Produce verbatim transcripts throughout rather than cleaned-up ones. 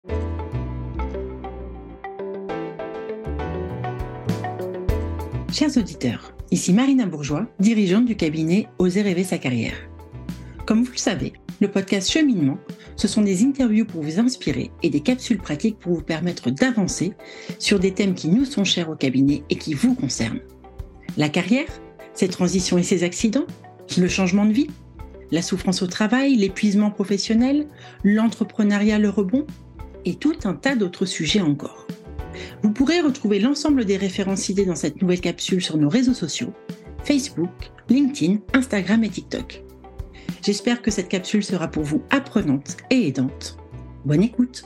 Chers auditeurs, ici Marina Bourgeois, dirigeante du cabinet Oser rêver sa carrière. Comme vous le savez, le podcast Cheminement, ce sont des interviews pour vous inspirer et des capsules pratiques pour vous permettre d'avancer sur des thèmes qui nous sont chers au cabinet et qui vous concernent. La carrière, ses transitions et ses accidents, le changement de vie, la souffrance au travail, l'épuisement professionnel, l'entrepreneuriat, le rebond et tout un tas d'autres sujets encore. Vous pourrez retrouver l'ensemble des références citées dans cette nouvelle capsule sur nos réseaux sociaux, Facebook, LinkedIn, Instagram et TikTok. J'espère que cette capsule sera pour vous apprenante et aidante. Bonne écoute!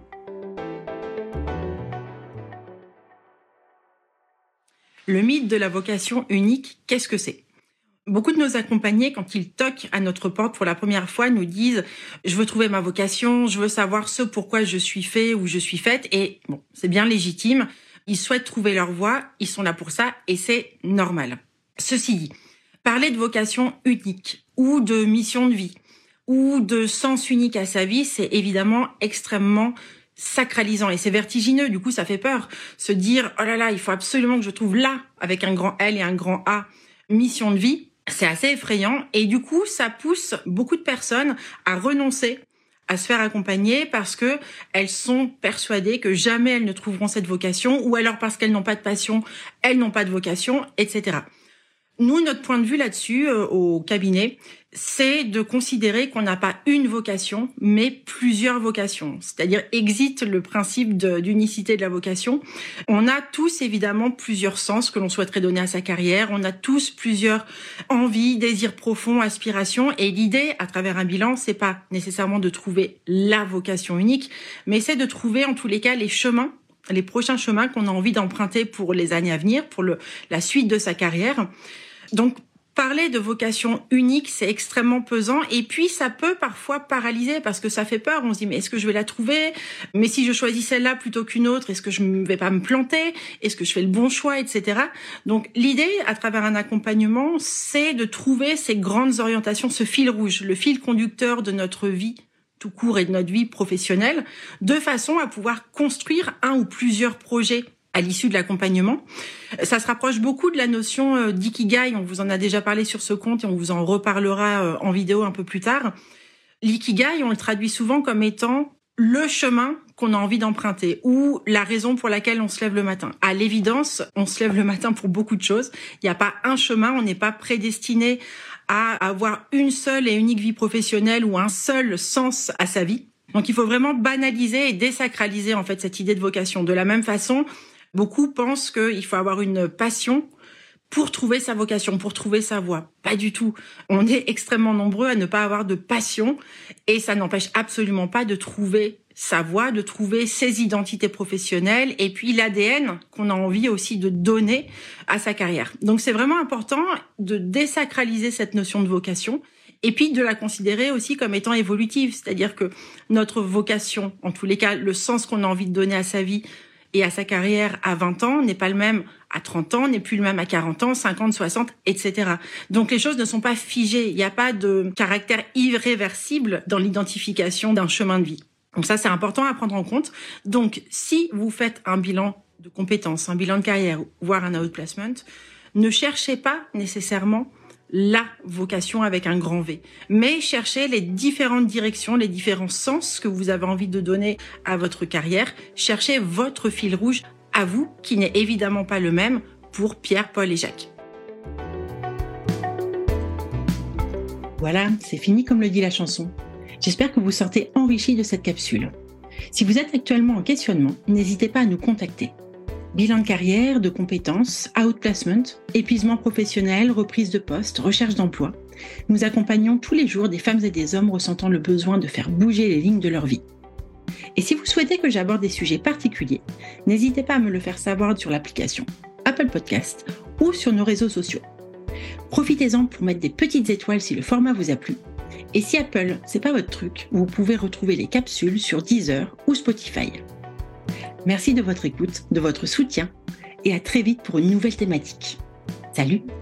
Le mythe de la vocation unique, qu'est-ce que c'est? Beaucoup de nos accompagnés, quand ils toquent à notre porte pour la première fois, nous disent « Je veux trouver ma vocation, je veux savoir ce pourquoi je suis fait ou je suis faite » et bon, c'est bien légitime. Ils souhaitent trouver leur voie, ils sont là pour ça et c'est normal. Ceci dit, parler de vocation unique ou de mission de vie ou de sens unique à sa vie, c'est évidemment extrêmement sacralisant et c'est vertigineux. Du coup, ça fait peur. Se dire « Oh là là, il faut absolument que je trouve là, avec un grand L et un grand A, mission de vie », c'est assez effrayant et du coup, ça pousse beaucoup de personnes à renoncer à se faire accompagner parce que elles sont persuadées que jamais elles ne trouveront cette vocation ou alors parce qu'elles n'ont pas de passion, elles n'ont pas de vocation, et cetera. Nous, notre point de vue là-dessus, euh, au cabinet, c'est de considérer qu'on n'a pas une vocation, mais plusieurs vocations. C'est-à-dire, existe le principe de, d'unicité de la vocation. On a tous, évidemment, plusieurs sens que l'on souhaiterait donner à sa carrière. On a tous plusieurs envies, désirs profonds, aspirations. Et l'idée, à travers un bilan, c'est pas nécessairement de trouver la vocation unique, mais c'est de trouver, en tous les cas, les chemins, les prochains chemins qu'on a envie d'emprunter pour les années à venir, pour le, la suite de sa carrière. Donc, parler de vocation unique, c'est extrêmement pesant et puis ça peut parfois paralyser parce que ça fait peur. On se dit, mais est-ce que je vais la trouver? Mais si je choisis celle-là plutôt qu'une autre, est-ce que je ne vais pas me planter? Est-ce que je fais le bon choix, et cetera. Donc, l'idée, à travers un accompagnement, c'est de trouver ces grandes orientations, ce fil rouge, le fil conducteur de notre vie tout court et de notre vie professionnelle, de façon à pouvoir construire un ou plusieurs projets à l'issue de l'accompagnement. Ça se rapproche beaucoup de la notion d'ikigai. On vous en a déjà parlé sur ce compte et on vous en reparlera en vidéo un peu plus tard. L'ikigai, on le traduit souvent comme étant le chemin qu'on a envie d'emprunter ou la raison pour laquelle on se lève le matin. À l'évidence, on se lève le matin pour beaucoup de choses. Il n'y a pas un chemin, on n'est pas prédestiné à avoir une seule et unique vie professionnelle ou un seul sens à sa vie. Donc il faut vraiment banaliser et désacraliser en fait cette idée de vocation. De la même façon, beaucoup pensent qu'il faut avoir une passion pour trouver sa vocation, pour trouver sa voie. Pas du tout. On est extrêmement nombreux à ne pas avoir de passion et ça n'empêche absolument pas de trouver sa voie, de trouver ses identités professionnelles et puis l'A D N qu'on a envie aussi de donner à sa carrière. Donc c'est vraiment important de désacraliser cette notion de vocation et puis de la considérer aussi comme étant évolutive, c'est-à-dire que notre vocation, en tous les cas, le sens qu'on a envie de donner à sa vie et à sa carrière à vingt ans n'est pas le même à trente ans, n'est plus le même à quarante ans, cinquante, soixante, et cetera. Donc les choses ne sont pas figées, il n'y a pas de caractère irréversible dans l'identification d'un chemin de vie. Donc ça, c'est important à prendre en compte. Donc si vous faites un bilan de compétences, un bilan de carrière, voire un outplacement, ne cherchez pas nécessairement la vocation avec un grand V, mais cherchez les différentes directions, les différents sens que vous avez envie de donner à votre carrière. Cherchez votre fil rouge à vous, qui n'est évidemment pas le même pour Pierre, Paul et Jacques. Voilà, c'est fini comme le dit la chanson. J'espère que vous sortez enrichis de cette capsule. Si vous êtes actuellement en questionnement, n'hésitez pas à nous contacter. Bilan de carrière, de compétences, outplacement, épuisement professionnel, reprise de poste, recherche d'emploi. Nous accompagnons tous les jours des femmes et des hommes ressentant le besoin de faire bouger les lignes de leur vie. Et si vous souhaitez que j'aborde des sujets particuliers, n'hésitez pas à me le faire savoir sur l'application Apple Podcast ou sur nos réseaux sociaux. Profitez-en pour mettre des petites étoiles si le format vous a plu. Et si Apple, c'est pas votre truc, vous pouvez retrouver les capsules sur Deezer ou Spotify. Merci de votre écoute, de votre soutien et à très vite pour une nouvelle thématique. Salut!